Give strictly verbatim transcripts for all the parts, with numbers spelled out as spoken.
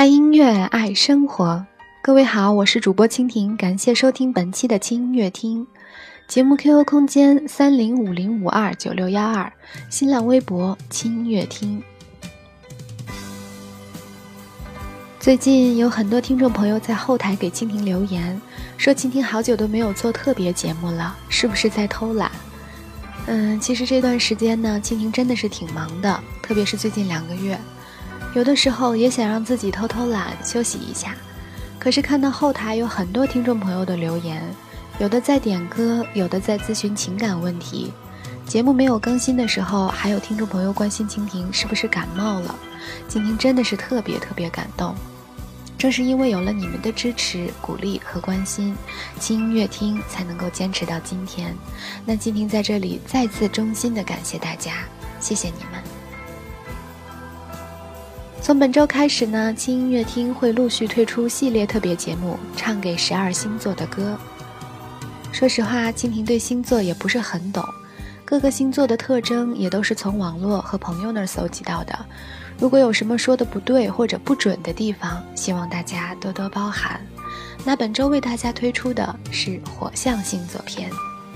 爱音乐，爱生活。各位好，我是主播蜻蜓，感谢收听本期的轻音乐厅。节目 Q Q 空间三零五零五二九六一二，新浪微博轻音乐厅。最近有很多听众朋友在后台给蜻蜓留言，说蜻蜓好久都没有做特别节目了，是不是在偷懒？嗯，其实这段时间呢，蜻蜓真的是挺忙的，特别是最近两个月，有的时候也想让自己偷偷懒休息一下。可是看到后台有很多听众朋友的留言，有的在点歌，有的在咨询情感问题。节目没有更新的时候，还有听众朋友关心蜻蜓是不是感冒了，蜻蜓真的是特别特别感动。正是因为有了你们的支持、鼓励和关心，轻音乐厅才能够坚持到今天。那蜻蜓在这里再次衷心的感谢大家，谢谢你们。从本周开始呢，轻音乐厅会陆续推出系列特别节目，唱给十二星座的歌。说实话，蜻蜓对星座也不是很懂，各个星座的特征也都是从网络和朋友那儿搜集到的。如果有什么说的不对或者不准的地方，希望大家多多包涵。那本周为大家推出的是火象星座篇。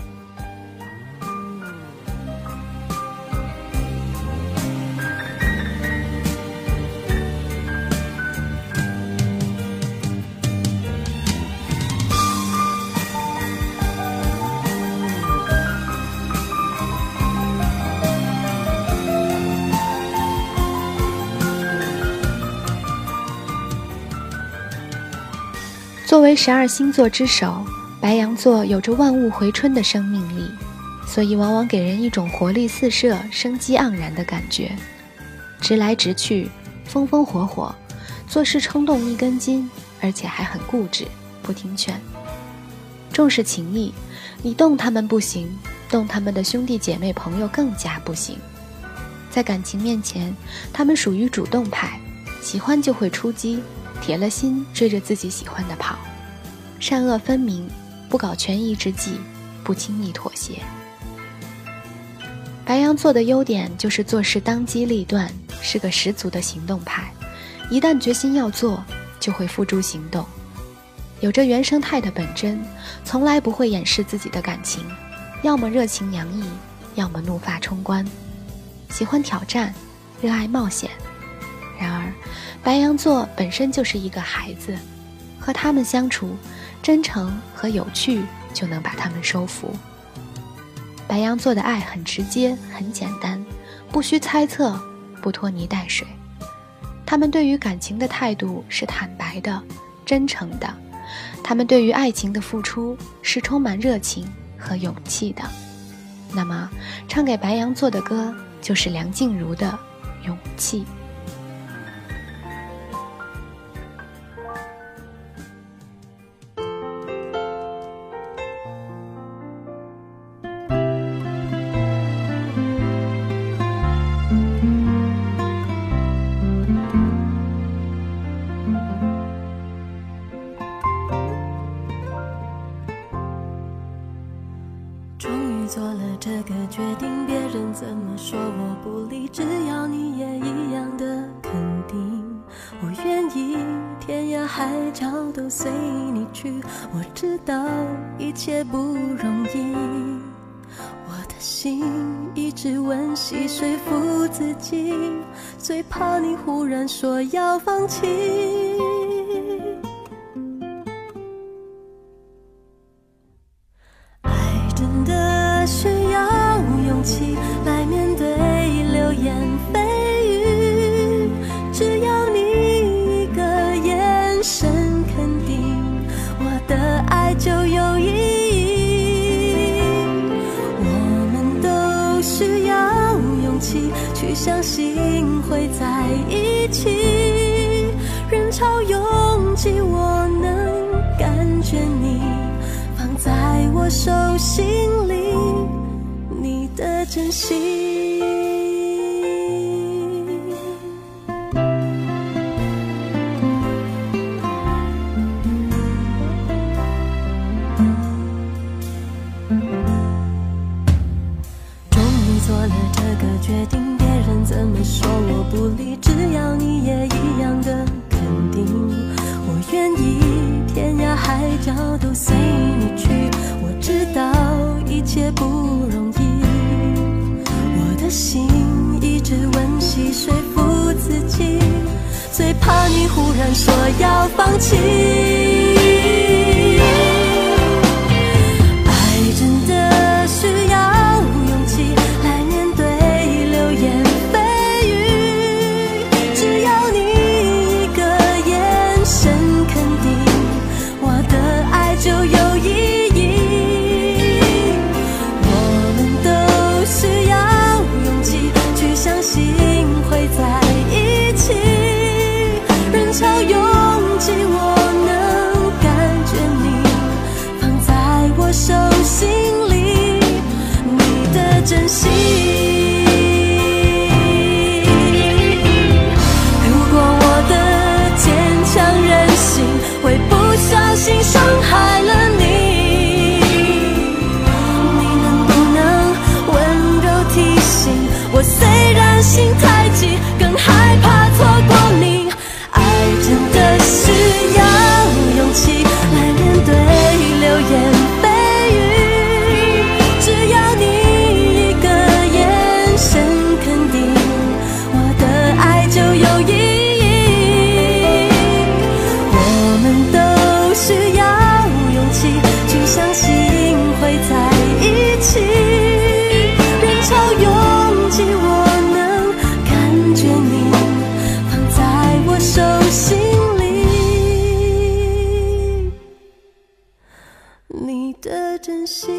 作为十二星座之首，白羊座有着万物回春的生命力，所以往往给人一种活力四射、生机盎然的感觉。直来直去，风风火火，做事冲动一根筋，而且还很固执，不听劝。重视情谊，你动他们不行，动他们的兄弟姐妹朋友更加不行。在感情面前，他们属于主动派，喜欢就会出击，铁了心追着自己喜欢的跑，善恶分明，不搞权宜之计，不轻易妥协。白羊座的优点就是做事当机立断，是个十足的行动派，一旦决心要做，就会付诸行动。有着原生态的本真，从来不会掩饰自己的感情，要么热情洋溢，要么怒发冲冠，喜欢挑战，热爱冒险。然而白羊座本身就是一个孩子，和他们相处，真诚和有趣就能把他们收服。白羊座的爱很直接，很简单，不需猜测，不拖泥带水。他们对于感情的态度是坦白的、真诚的，他们对于爱情的付出是充满热情和勇气的。那么唱给白羊座的歌就是梁静茹的《勇气》。 做了这个决定，别人怎么说我不理，只要你也一样的肯定，我愿意天涯海角都随你去。我知道一切不容易，我的心一直温习说服自己，最怕你忽然说要放弃。来面对流言蜚语，只要你一个眼神肯定，我的爱就有意义。我们都需要勇气去相信会在一起，人潮拥挤我能感觉你放在我手心里的真心。终于做了这个决定，别人怎么说我不理，只要你也一样的肯定， 愿意天涯海角都随你去。我知道一切不容易，我的心一直温习说服自己，最怕你忽然说要放弃。爱真的需要勇气来面对流言蜚语，只要你一个眼神肯定，我的爱就有意义。我们都需要勇气去相信会在一起，人潮拥挤我能感觉你放在我手心里，你的真心。如果我的坚强任性会不小心伤害了你，你能不能温柔提醒我，虽然心太急，更害怕错过你。爱真的需要勇气来面对流言蜚语，只要你一个眼神肯定，我的爱就有意义。我们都需要勇气去相信会在一起，人潮拥挤我能感觉你放在我手心里，你的真心。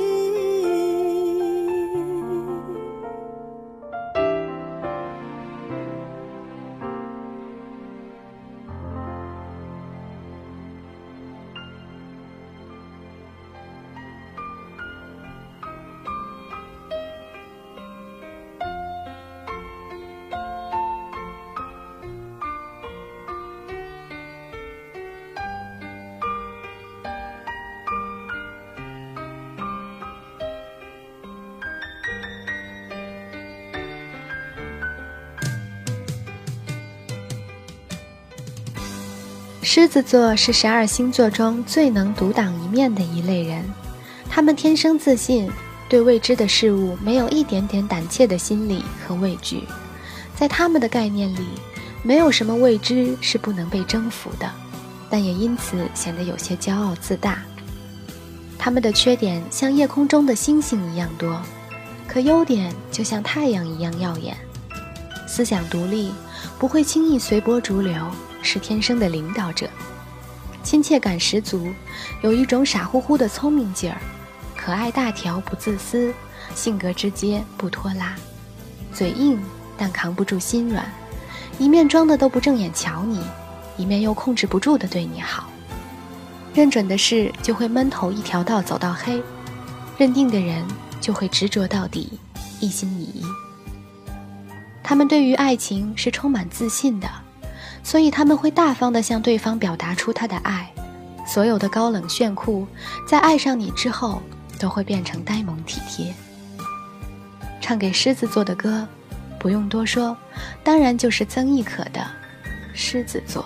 狮子座是十二星座中最能独当一面的一类人，他们天生自信，对未知的事物没有一点点胆怯的心理和畏惧。在他们的概念里，没有什么未知是不能被征服的，但也因此显得有些骄傲自大。他们的缺点像夜空中的星星一样多，可优点就像太阳一样耀眼。思想独立，不会轻易随波逐流，是天生的领导者，亲切感十足，有一种傻乎乎的聪明劲儿，可爱大条不自私，性格直接不拖拉，嘴硬但扛不住心软，一面装的都不正眼瞧你，一面又控制不住的对你好。认准的事就会闷头一条道走到黑，认定的人就会执着到底，一心一意。他们对于爱情是充满自信的，所以他们会大方地向对方表达出他的爱，所有的高冷炫酷在爱上你之后都会变成呆萌体贴。唱给狮子座的歌，不用多说，当然就是曾轶可的《狮子座》。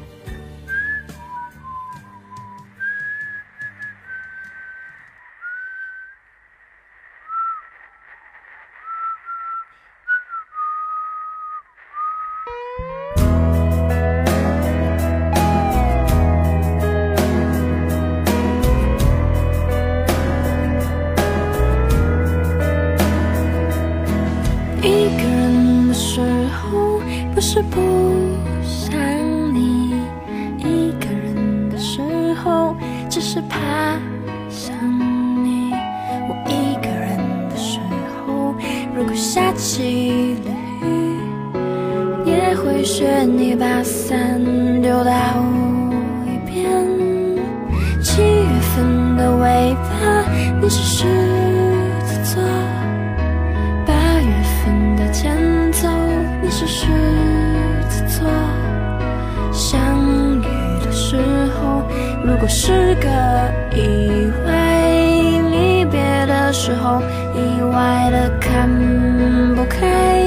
不是不想你，一个人的时候只是怕想你。我一个人的时候，如果下起了雨，也会学你把伞丢到一边。七月份的尾巴，你是狮子座，八月份的前奏，你是狮子座。相遇的时候，如果是个意外，离别的时候，意外的看不开。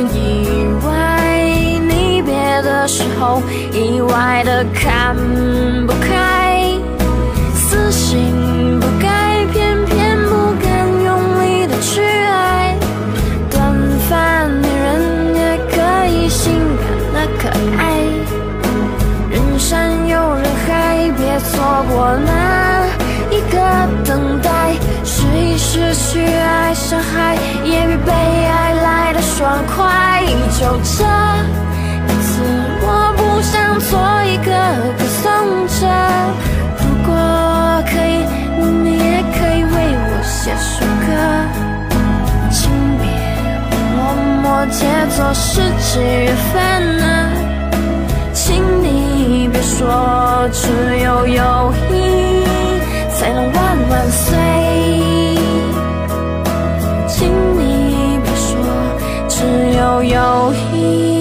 意外，离别的时候意外的看不开，死性不改，偏偏不敢用力的去爱，短发女人也可以性感的可爱，人山又人海，别错过那一个等待，试一试去爱伤害，也比被爱来的爽快。就这一次，我不想做一个歌颂者，如果可以，你也可以为我写首歌。请别默默节奏是几月份呢？请你别说只有友谊才能万万岁，请你别说只有友谊。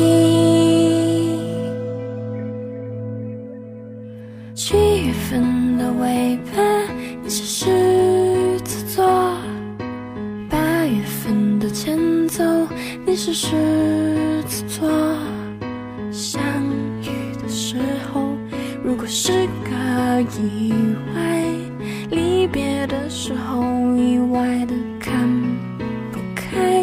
七月份的尾巴，你是狮子座；八月份的前奏，你是狮子座。相遇的时候，如果是个意外，离别的时候意外的看不开。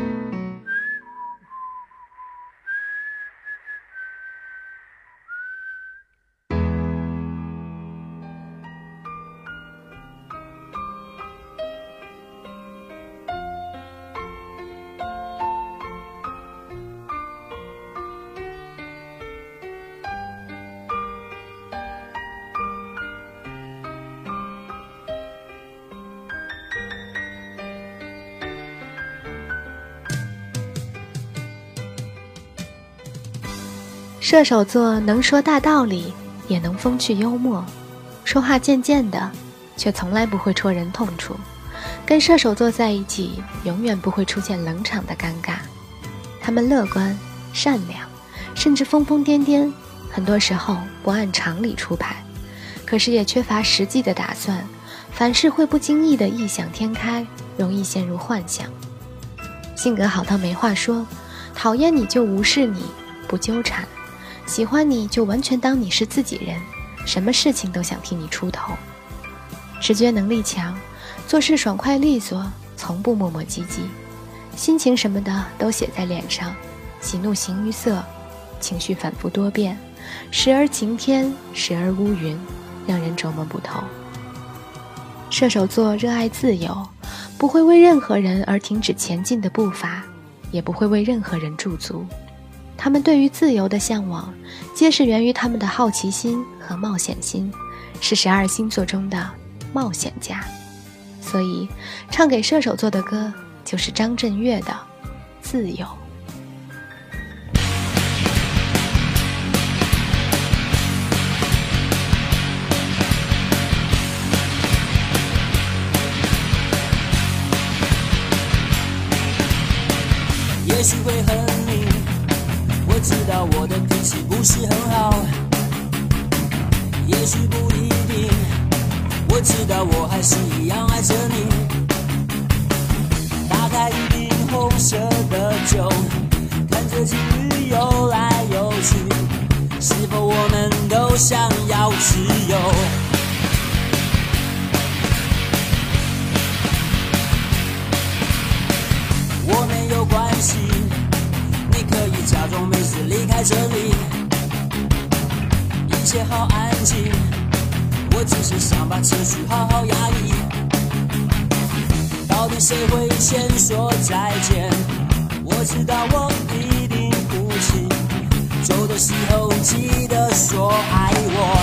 射手座能说大道理，也能风趣幽默，说话贱贱的，却从来不会戳人痛处。跟射手座在一起，永远不会出现冷场的尴尬。他们乐观、善良，甚至疯疯癫癫，很多时候不按常理出牌，可是也缺乏实际的打算，凡事会不经意的异想天开，容易陷入幻想。性格好到没话说，讨厌你就无视你，不纠缠。喜欢你就完全当你是自己人，什么事情都想替你出头。直觉能力强，做事爽快利索，从不磨磨唧唧，心情什么的都写在脸上，喜怒形于色，情绪反复多变，时而晴天，时而乌云，让人琢磨不透。射手座热爱自由，不会为任何人而停止前进的步伐，也不会为任何人驻足。他们对于自由的向往，皆是源于他们的好奇心和冒险心，是十二星座中的冒险家。所以，唱给射手座的歌就是张震岳的《自由》。 也许会恨你，我知道我的脾气不是很好，也许不一定，我知道我还是一样爱着你。打开一瓶红色的酒，看着情侣游来游去，是否我们都想要自由？我没有关系，你可以假装没事离开这里，一切好安静，我只是想把情绪好好压抑。到底谁会先说再见？我知道我一定不行，走的时候记得说爱我，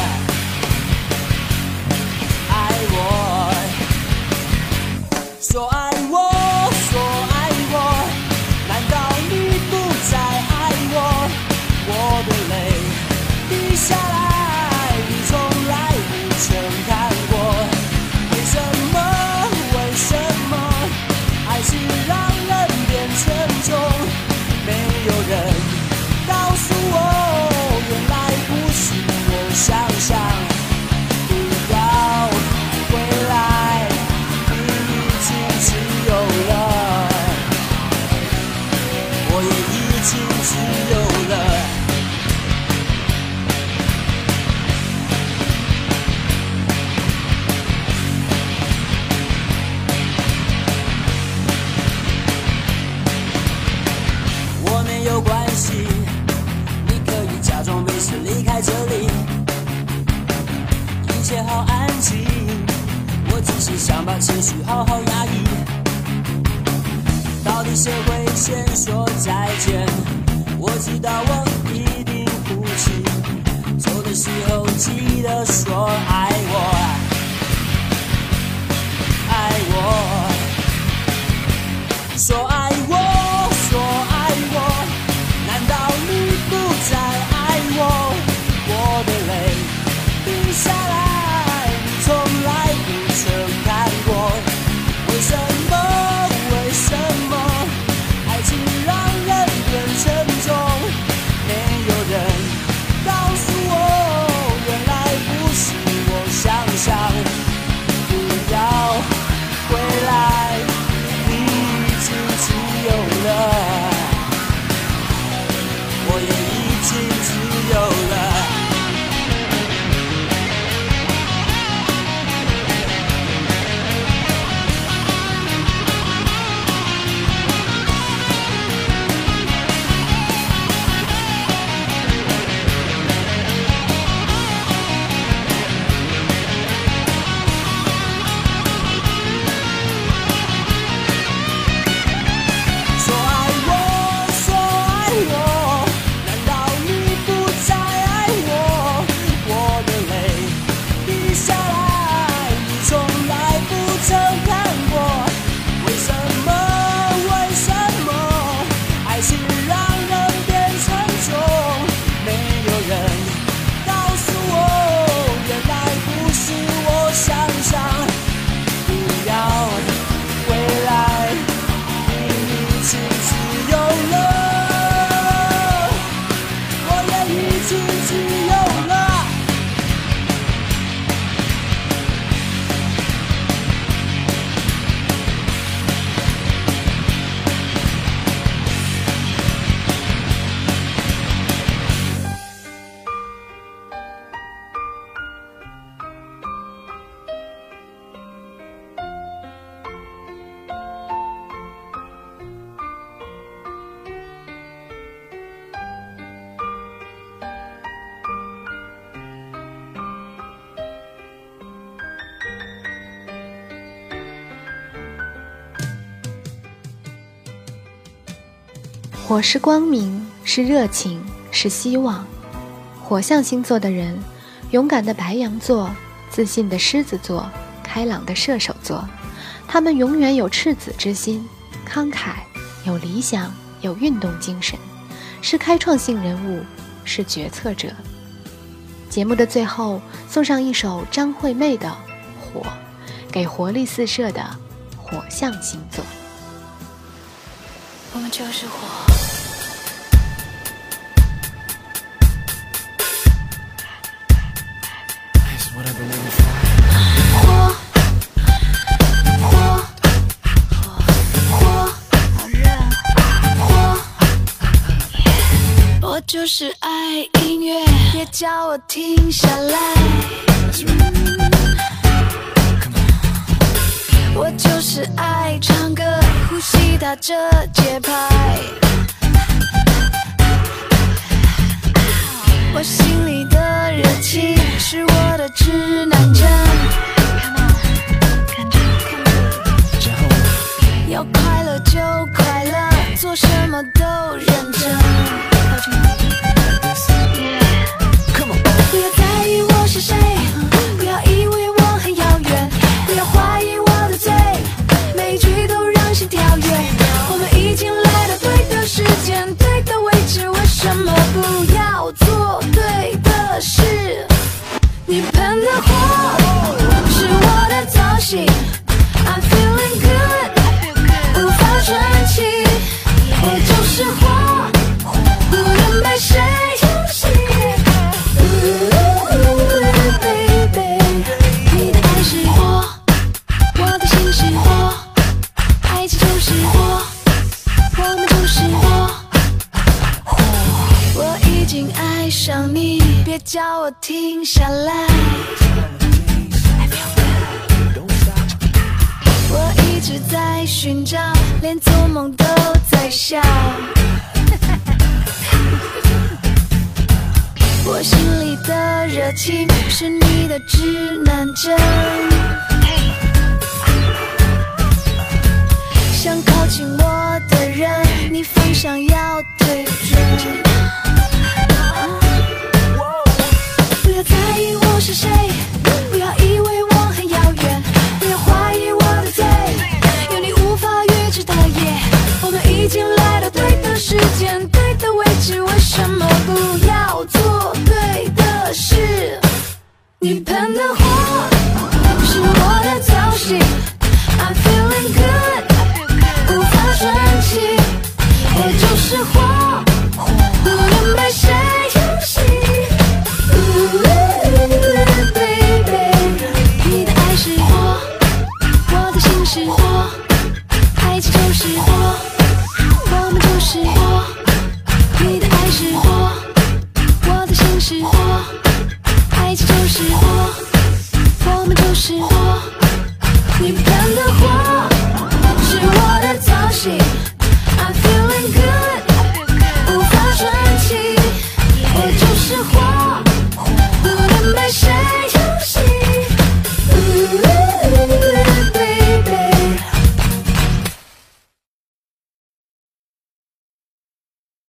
爱我，说爱我，说爱我，难道你不再爱我？我的泪滴下来，你从来不曾看过。为什么？为什么？爱是让人变沉重。没有人告诉我，原来不是我想象。 我只是想把情绪好好压抑。到底谁会先说再见？我知道我一定哭泣。走的时候记得说爱我，爱我，说爱我，说爱我。难道你不再爱我？我的泪滴下来，你从来不曾看过。为什么？为什么？爱情让人变沉重，没有人告诉我，原来不是我想象。不要回来，你已经自由了，我也已经自由了。 火是光明，是热情，是希望。火象星座的人，勇敢的白羊座，自信的狮子座，开朗的射手座，他们永远有赤子之心，慷慨，有理想，有运动精神，是开创性人物，是决策者。节目的最后，送上一首张惠妹的《火》，给活力四射的火象星座。 我们就是火。火，火，火，好热。火，我就是爱音乐，别叫我停下来。我就是爱唱歌，呼吸打着节拍。我心里的热情是我的指南针。要快乐就快乐，做什么都认真。不要在意我是谁，不要以为我很遥远，不要怀疑我的嘴，每一句都让心跳跃。我们已经来到对的时间，对的位置，为什么不要做对的事？你喷的火是我的造型 I'm feeling good， 无法喘气，我就是火，不能被谁想你，别叫我停下来。我一直在寻找，连做梦都在笑。我心里的热情是你的指南针。